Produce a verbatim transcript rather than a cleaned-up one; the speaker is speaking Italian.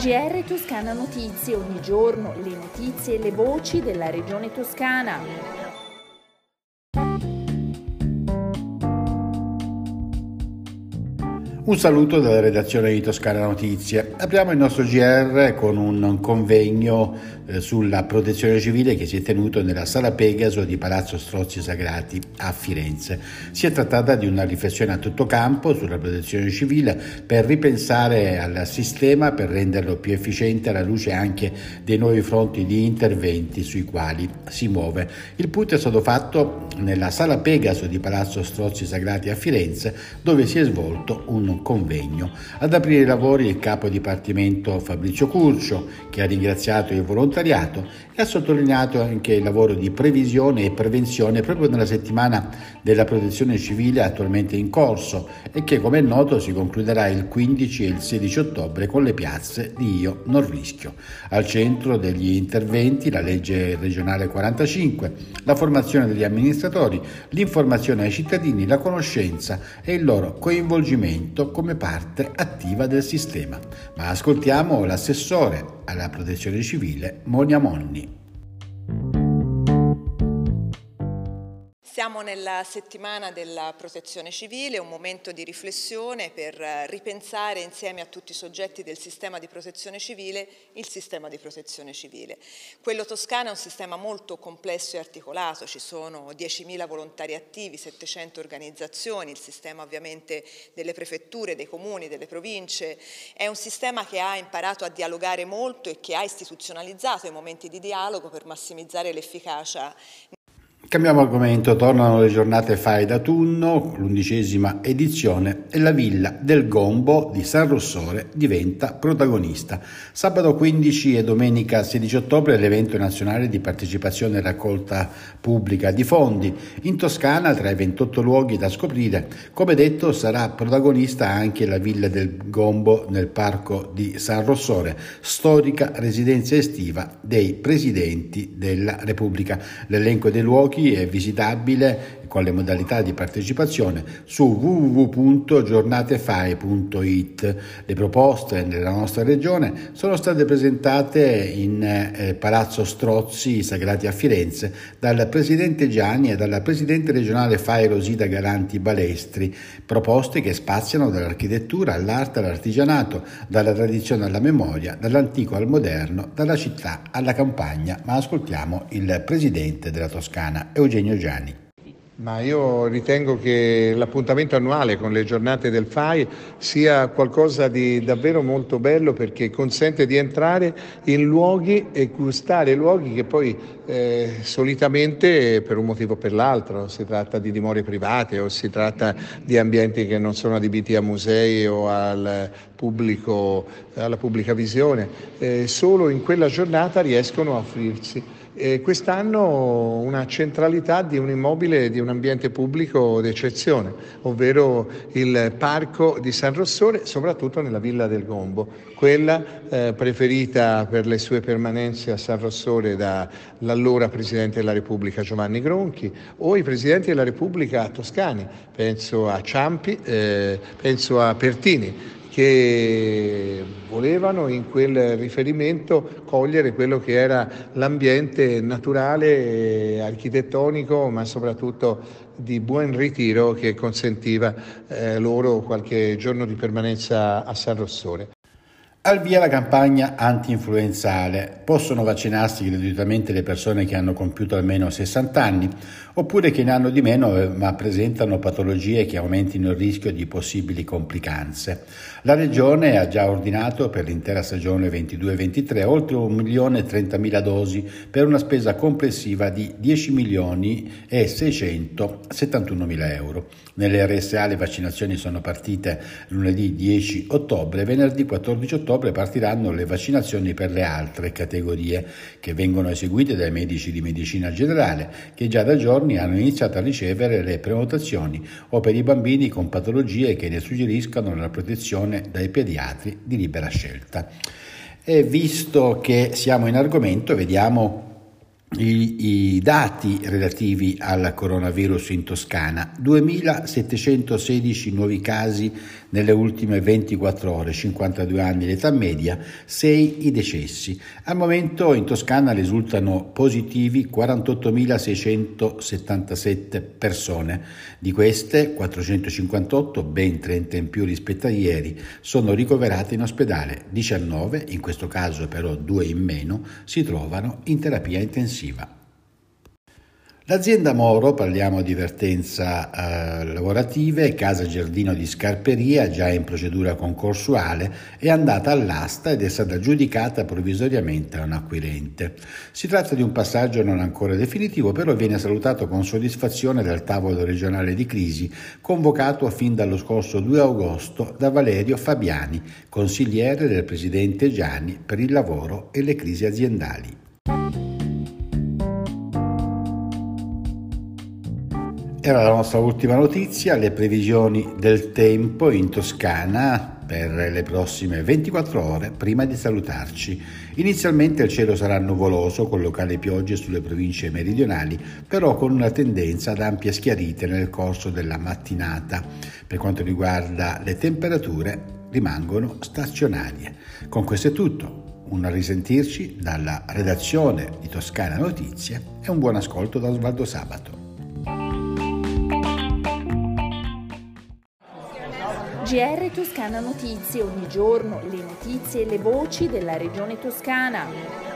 G R Toscana Notizie, ogni giorno le notizie e le voci della regione toscana. Un saluto dalla redazione di Toscana Notizie. Apriamo il nostro G R con un convegno eh, sulla protezione civile che si è tenuto nella Sala Pegaso di Palazzo Strozzi Sagrati a Firenze. Si è trattata di una riflessione a tutto campo sulla protezione civile per ripensare al sistema, per renderlo più efficiente alla luce anche dei nuovi fronti di interventi sui quali si muove. Il punto è stato fatto nella Sala Pegaso di Palazzo Strozzi Sagrati a Firenze, dove si è svolto un convegno. Ad aprire i lavori il capo dipartimento Fabrizio Curcio, che ha ringraziato il volontariato e ha sottolineato anche il lavoro di previsione e prevenzione proprio nella settimana della protezione civile attualmente in corso e che, come è noto, si concluderà il quindici e il sedici ottobre con le piazze di Io non rischio. Al centro degli interventi la legge regionale quarantacinque, la formazione degli amministratori, l'informazione ai cittadini, la conoscenza e il loro coinvolgimento come parte attiva del sistema. Ma ascoltiamo l'assessore alla protezione civile Monia Monni. Siamo nella settimana della protezione civile, un momento di riflessione per ripensare insieme a tutti i soggetti del sistema di protezione civile il sistema di protezione civile. Quello toscano è un sistema molto complesso e articolato, ci sono diecimila volontari attivi, settecento organizzazioni, il sistema ovviamente delle prefetture, dei comuni, delle province, è un sistema che ha imparato a dialogare molto e che ha istituzionalizzato i momenti di dialogo per massimizzare l'efficacia. Cambiamo argomento, tornano le giornate Fai d'autunno, l'undicesima edizione e la Villa del Gombo di San Rossore diventa protagonista. Sabato quindici e domenica sedici ottobre l'evento nazionale di partecipazione e raccolta pubblica di fondi. In Toscana, tra i ventotto luoghi da scoprire, come detto, sarà protagonista anche la Villa del Gombo nel parco di San Rossore, storica residenza estiva dei presidenti della Repubblica. L'elenco dei luoghi è visitabile con le modalità di partecipazione su w w w punto giornatefai punto i t. Le proposte nella nostra regione sono state presentate in eh, Palazzo Strozzi Sagrati a Firenze dal presidente Gianni e dalla presidente regionale Fai Rosita Galanti Balestri, proposte che spaziano dall'architettura all'arte all'artigianato, dalla tradizione alla memoria, dall'antico al moderno, dalla città alla campagna. Ma ascoltiamo il presidente della Toscana, Eugenio Gianni. Ma io ritengo che l'appuntamento annuale con le giornate del Fai sia qualcosa di davvero molto bello, perché consente di entrare in luoghi e gustare luoghi che poi eh, solitamente, per un motivo o per l'altro, si tratta di dimore private o si tratta di ambienti che non sono adibiti a musei o al pubblico, alla pubblica visione, eh, solo in quella giornata riescono a offrirsi. E quest'anno una centralità di un immobile, di un ambiente pubblico d'eccezione, ovvero il parco di San Rossore, soprattutto nella Villa del Gombo, quella eh, preferita per le sue permanenze a San Rossore dall'allora Presidente della Repubblica Giovanni Gronchi o i Presidenti della Repubblica toscani, penso a Ciampi, eh, penso a Pertini, che volevano in quel riferimento cogliere quello che era l'ambiente naturale, architettonico, ma soprattutto di buon ritiro che consentiva eh, loro qualche giorno di permanenza a San Rossore. Al via la campagna anti-influenzale. Possono vaccinarsi gratuitamente le persone che hanno compiuto almeno sessanta anni oppure che ne hanno di meno ma presentano patologie che aumentino il rischio di possibili complicanze. La Regione ha già ordinato per l'intera stagione ventidue ventitré oltre un milione e trentamila dosi per una spesa complessiva di dieci milioni e seicentosettantunomila euro. Nelle R S A le vaccinazioni sono partite lunedì dieci ottobre, venerdì quattordici ottobre partiranno le vaccinazioni per le altre categorie che vengono eseguite dai medici di medicina generale che già da giorni hanno iniziato a ricevere le prenotazioni o per i bambini con patologie che ne suggeriscano la protezione dai pediatri di libera scelta. E visto che siamo in argomento, vediamo I, i dati relativi al coronavirus in Toscana. duemilasettecentosedici nuovi casi Nelle ultime ventiquattro ore, cinquantadue anni l'età media, sei i decessi. Al momento in Toscana risultano positivi quarantottomilaseicentosettantasette persone. Di queste quattrocentocinquantotto, ben trenta in più rispetto a ieri, sono ricoverate in ospedale. diciannove, in questo caso però due in meno, si trovano in terapia intensiva. L'azienda Moro, parliamo di vertenza eh, lavorative, Casa Giardino di Scarperia, già in procedura concorsuale, è andata all'asta ed è stata aggiudicata provvisoriamente a un acquirente. Si tratta di un passaggio non ancora definitivo, però viene salutato con soddisfazione dal tavolo regionale di crisi, convocato fin dallo scorso due agosto da Valerio Fabiani, consigliere del presidente Gianni per il lavoro e le crisi aziendali. Era la nostra ultima notizia, le previsioni del tempo in Toscana per le prossime ventiquattro ore prima di salutarci. Inizialmente il cielo sarà nuvoloso con locali piogge sulle province meridionali, però con una tendenza ad ampie schiarite nel corso della mattinata. Per quanto riguarda le temperature, rimangono stazionarie. Con questo è tutto. Un risentirci dalla redazione di Toscana Notizie e un buon ascolto da Osvaldo Sabato. G R Toscana Notizie, ogni giorno le notizie e le voci della regione toscana.